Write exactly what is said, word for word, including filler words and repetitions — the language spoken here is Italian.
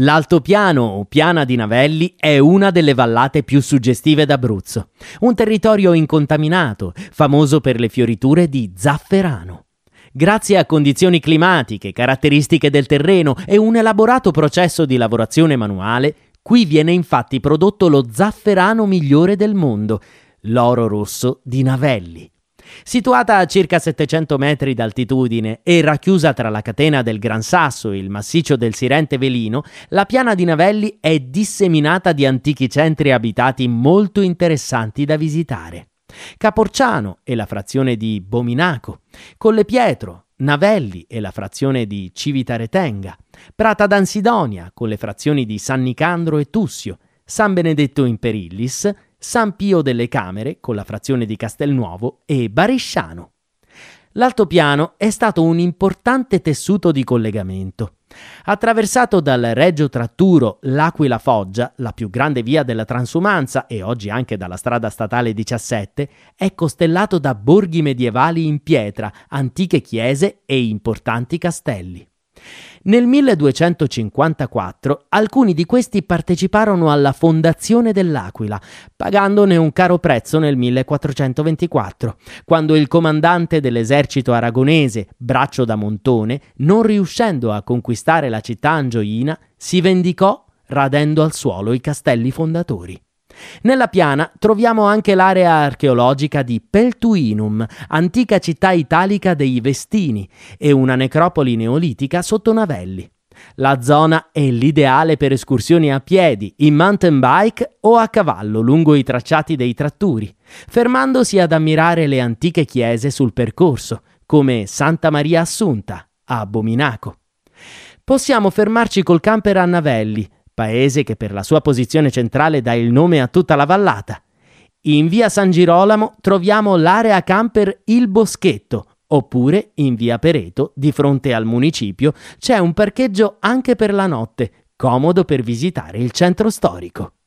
L'Altopiano o Piana di Navelli è una delle vallate più suggestive d'Abruzzo, un territorio incontaminato, famoso per le fioriture di zafferano. Grazie a condizioni climatiche, caratteristiche del terreno e un elaborato processo di lavorazione manuale, qui viene infatti prodotto lo zafferano migliore del mondo, l'oro rosso di Navelli. Situata a circa settecento metri d'altitudine e racchiusa tra la catena del Gran Sasso e il massiccio del Sirente Velino, la Piana di Navelli è disseminata di antichi centri abitati molto interessanti da visitare. Caporciano e la frazione di Bominaco, Collepietro, Navelli e la frazione di Civitaretenga, Prata d'Ansidonia con le frazioni di San Nicandro e Tussio, San Benedetto in Perillis, San Pio delle Camere con la frazione di Castelnuovo e Barisciano. L'Altopiano è stato un importante tessuto di collegamento. Attraversato dal Regio Tratturo L'Aquila Foggia, la più grande via della transumanza e oggi anche dalla strada statale diciassette, è costellato da borghi medievali in pietra, antiche chiese e importanti castelli. Nel milleduecentocinquantaquattro alcuni di questi parteciparono alla fondazione dell'Aquila, pagandone un caro prezzo nel millequattrocentoventiquattro, quando il comandante dell'esercito aragonese, Braccio da Montone, non riuscendo a conquistare la città angioina, si vendicò radendo al suolo i castelli fondatori. Nella piana troviamo anche l'area archeologica di Peltuinum, antica città italica dei Vestini, e una necropoli neolitica sotto Navelli. La zona è l'ideale per escursioni a piedi, in mountain bike o a cavallo lungo i tracciati dei tratturi, fermandosi ad ammirare le antiche chiese sul percorso, come Santa Maria Assunta, a Bominaco. Possiamo fermarci col camper a Navelli, paese che per la sua posizione centrale dà il nome a tutta la vallata. In via San Girolamo troviamo l'area camper Il Boschetto, oppure in via Pereto, di fronte al municipio, c'è un parcheggio anche per la notte, comodo per visitare il centro storico.